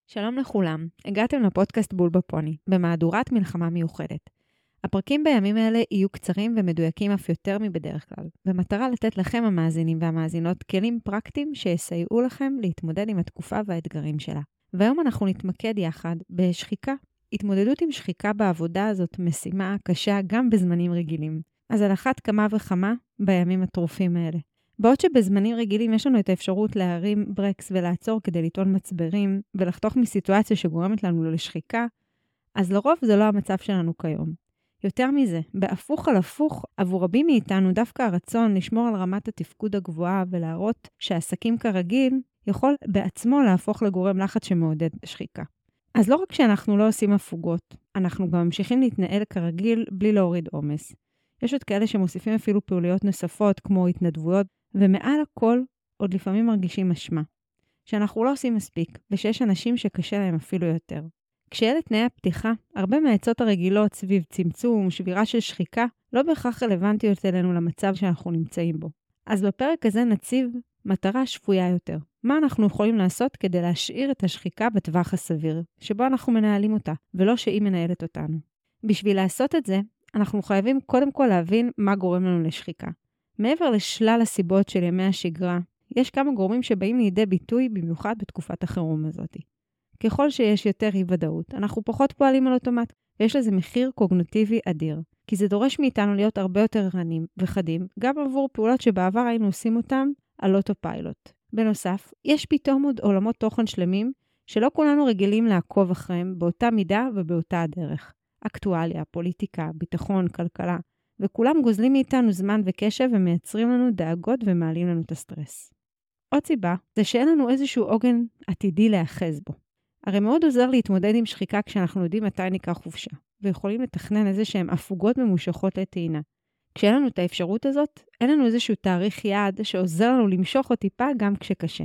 שלום לכולם, הגעתם לפודקאסט בול בפוני, במהדורת מלחמה מיוחדת. הפרקים בימים האלה יהיו קצרים ומדויקים אף יותר מבדרך כלל, במטרה לתת לכם המאזינים והמאזינות כלים פרקטיים שיסייעו לכם להתמודד עם התקופה והאתגרים שלה. והיום אנחנו נתמקד יחד בשחיקה. התמודדות עם שחיקה בעבודה זאת משימה קשה גם בזמנים רגילים. אז על אחת כמה וכמה בימים הטרופים האלה. בעוד שבזמנים רגילים יש לנו את האפשרות להרים ברקס ולעצור כדי לטעון מצברים ולחתוך מסיטואציה שגורמת לנו לשחיקה, אז לרוב זה לא המצב שלנו כיום. יותר מזה, בהפוך על הפוך, עבור רבים מאיתנו דווקא הרצון לשמור על רמת התפקוד הגבוהה ולהראות שהעסקים כרגיל יכול בעצמו להפוך לגורם לחץ שמעודד שחיקה. אז לא רק שאנחנו לא עושים הפוגות, אנחנו גם ממשיכים להתנהל כרגיל בלי להוריד עומס. יש עוד כאלה שמוסיפים אפילו פעוליות נוספות כמו התנדבויות, ומעל הכל עוד לפעמים מרגישים אשמה. שאנחנו לא עושים מספיק, ושיש אנשים שקשה להם אפילו יותר. כשאלה תנאי הפתיחה, הרבה מהעצות הרגילות סביב צמצום, שבירה של שחיקה, לא בהכרח רלוונטיות אלינו למצב שאנחנו נמצאים בו. אז בפרק הזה נציב מטרה שפויה יותר. מה אנחנו יכולים לעשות כדי להשאיר את השחיקה בטווח הסביר, שבו אנחנו מנהלים אותה, ולא שהיא מנהלת אותנו. בשביל לעשות את זה, אנחנו חייבים קודם כל להבין מה גורם לנו לשחיקה. מעבר לשלל הסיבות של ימי השגרה, יש כמה גורמים שבאים לידי ביטוי במיוחד בתקופת החירום הזאת. ככל שיש יותר אי-ודאות, אנחנו פחות פועלים על אוטומט, ויש לזה מחיר קוגניטיבי אדיר, כי זה דורש מאיתנו להיות הרבה יותר ערניים וחדים, גם עבור פעולות שבעבר היינו עושים אותם על אוטופיילוט. בנוסף, יש פתאום עוד עולמות תוכן שלמים, שלא כולנו רגילים לעקוב אחריהם באותה מידה ובאותה הדרך. אקטואליה, פוליטיקה, ביטחון, כלכלה, וכולם גוזלים מאיתנו זמן וקשב ומייצרים לנו דאגות ומעלים לנו את הסטרס. עוד סיבה זה שאין לנו איזשהו עוגן עתידי להאחז בו. הרי מאוד עוזר להתמודד עם שחיקה כשאנחנו יודעים מתי ניקח חופשה, ויכולים לתכנן איזה שהן הפוגות ממושכות לטעינה. כשאין לנו את האפשרות הזאת, אין לנו איזשהו תאריך יעד שעוזר לנו למשוך עוד טיפה גם כשקשה.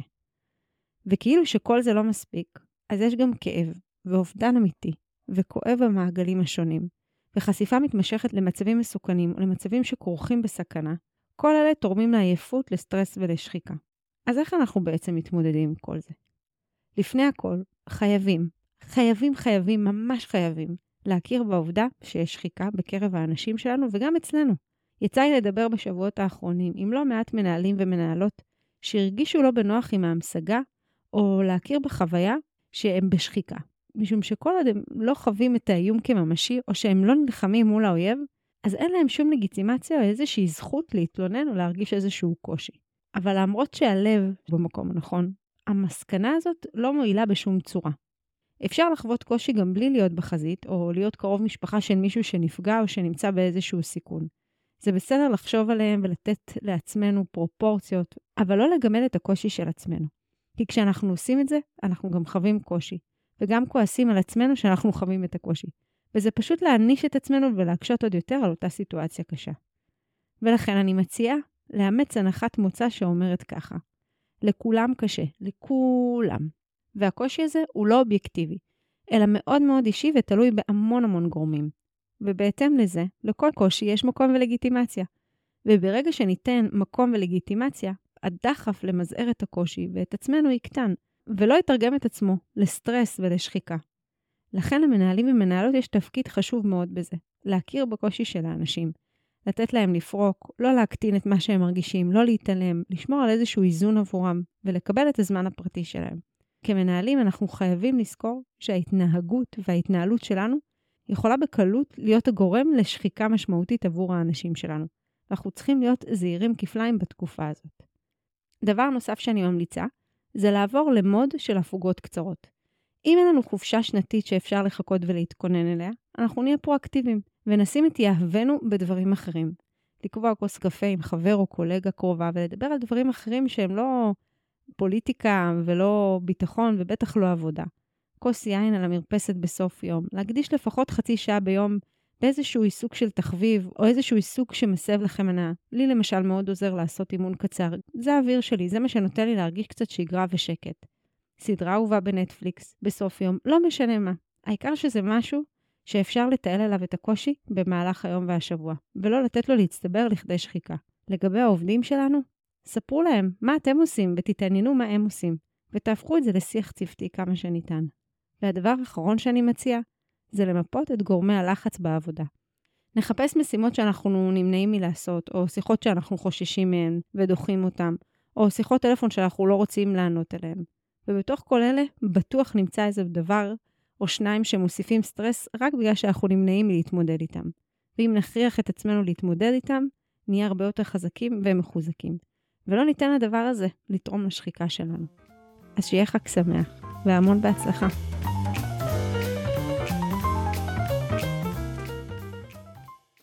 וכאילו שכל זה לא מספיק, אז יש גם כאב ואובדן אמיתי, וכואב במעגלים השונים, וחשיפה מתמשכת למצבים מסוכנים או למצבים שכרוכים בסכנה. כל אלה תורמים לעייפות, לסטרס ולשחיקה. אז איך אנחנו בעצם מתמודדים עם כל זה? לפני הכל, חייבים, ממש חייבים, להכיר בעובדה שיש שחיקה בקרב האנשים שלנו וגם אצלנו. יצא לי לדבר בשבועות האחרונים עם לא מעט מנהלים ומנהלות שהרגישו לא בנוח עם ההמשגה או להכיר בחוויה שהם בשחיקה. משום שכל עוד הם לא חווים את האיום כממשי או שהם לא נלחמים מול האויב, אז אין להם שום לגיטימציה או איזושהי זכות להתלונן או להרגיש איזשהו קושי. אבל למרות שהלב במקום הנכון, המסקנה הזאת לא מועילה בשום צורה. אפשר לחוות קושי גם בלי להיות בחזית, או להיות קרוב משפחה של מישהו שנפגע או שנמצא באיזשהו סיכון. זה בסדר לחשוב עליהם ולתת לעצמנו פרופורציות, אבל לא לגמל את הקושי של עצמנו. כי כשאנחנו עושים את זה, אנחנו גם חווים קושי, וגם כועסים על עצמנו שאנחנו חווים את הקושי. וזה פשוט להעניש את עצמנו ולהקשות עוד יותר על אותה סיטואציה קשה. ולכן אני מציעה לאמץ הנחת מוצא שאומרת ככה. לכולם קשה, לכולם. והקושי הזה הוא לא אובייקטיבי, אלא מאוד מאוד אישי ותלוי בהמון גורמים. ובהתאם לזה, לכל קושי יש מקום ולגיטימציה. וברגע שניתן מקום ולגיטימציה, הדחף למזער את הקושי ואת עצמנו יקטן, ולא יתרגם את עצמו לסטרס ולשחיקה. לכן למנהלים ומנהלות יש תפקיד חשוב מאוד בזה, להכיר בקושי של האנשים, לתת להם לפרוק, לא להקטין את מה שהם מרגישים, לא להתעלם, לשמור על איזשהו איזון עבורם ולקבל את הזמן הפרטי שלהם. כמנהלים אנחנו חייבים לזכור שההתנהגות וההתנהלות שלנו יכולה בקלות להיות הגורם לשחיקה משמעותית עבור האנשים שלנו. אנחנו צריכים להיות זהירים כפליים בתקופה הזאת. דבר נוסף שאני ממליצה, זה לעבור למוד של הפוגות קצרות. אם אין לנו חופשה שנתית שאפשר לחכות ולהתכונן אליה, אנחנו נהיה פרואקטיביים ונשים את יהבנו בדברים אחרים. לקבוע כוס קפה עם חבר או קולגה קרובה ולדבר על דברים אחרים שהם לא פוליטיקה ולא ביטחון ובטח לא עבודה. כוס יין על המרפסת בסוף יום, להקדיש לפחות חצי שעה ביום באיזשהו עיסוק של תחביב או איזשהו עיסוק שמסב לכם הנאה. לי למשל מאוד עוזר לעשות אימון קצר. זה האוויר שלי, זה מה שנותן לי להרגיש קצת שגרה ושקט. סדרה אהובה בנטפליקס, בסוף יום, לא משנה מה. העיקר שזה משהו שאפשר לתעל עליו את הקושי במהלך היום והשבוע, ולא לתת לו להצטבר לכדי שחיקה. לגבי העובדים שלנו, ספרו להם מה אתם עושים ותתעניינו מה הם עושים, ותהפכו את זה לשיח צוותי כמה שניתן. והדבר האחרון שאני מציע, זה למפות את גורמי הלחץ בעבודה. נחפש משימות שאנחנו נמנעים מלעשות, או שיחות שאנחנו חוששים מהן ודוחים אותן, או שיחות טלפון שאנחנו לא רוצים לענות עליהן. ובתוך כל אלה, בטוח נמצא איזה דבר או שניים שמוסיפים סטרס רק בגלל שאנחנו נמנעים מלהתמודד איתם. ואם נכריח את עצמנו להתמודד איתם, נהיה הרבה יותר חזקים ומחוזקים. ולא ניתן לדבר הזה לתרום לשחיקה שלנו. אז שיהיה חג שמח, והמון בהצלחה.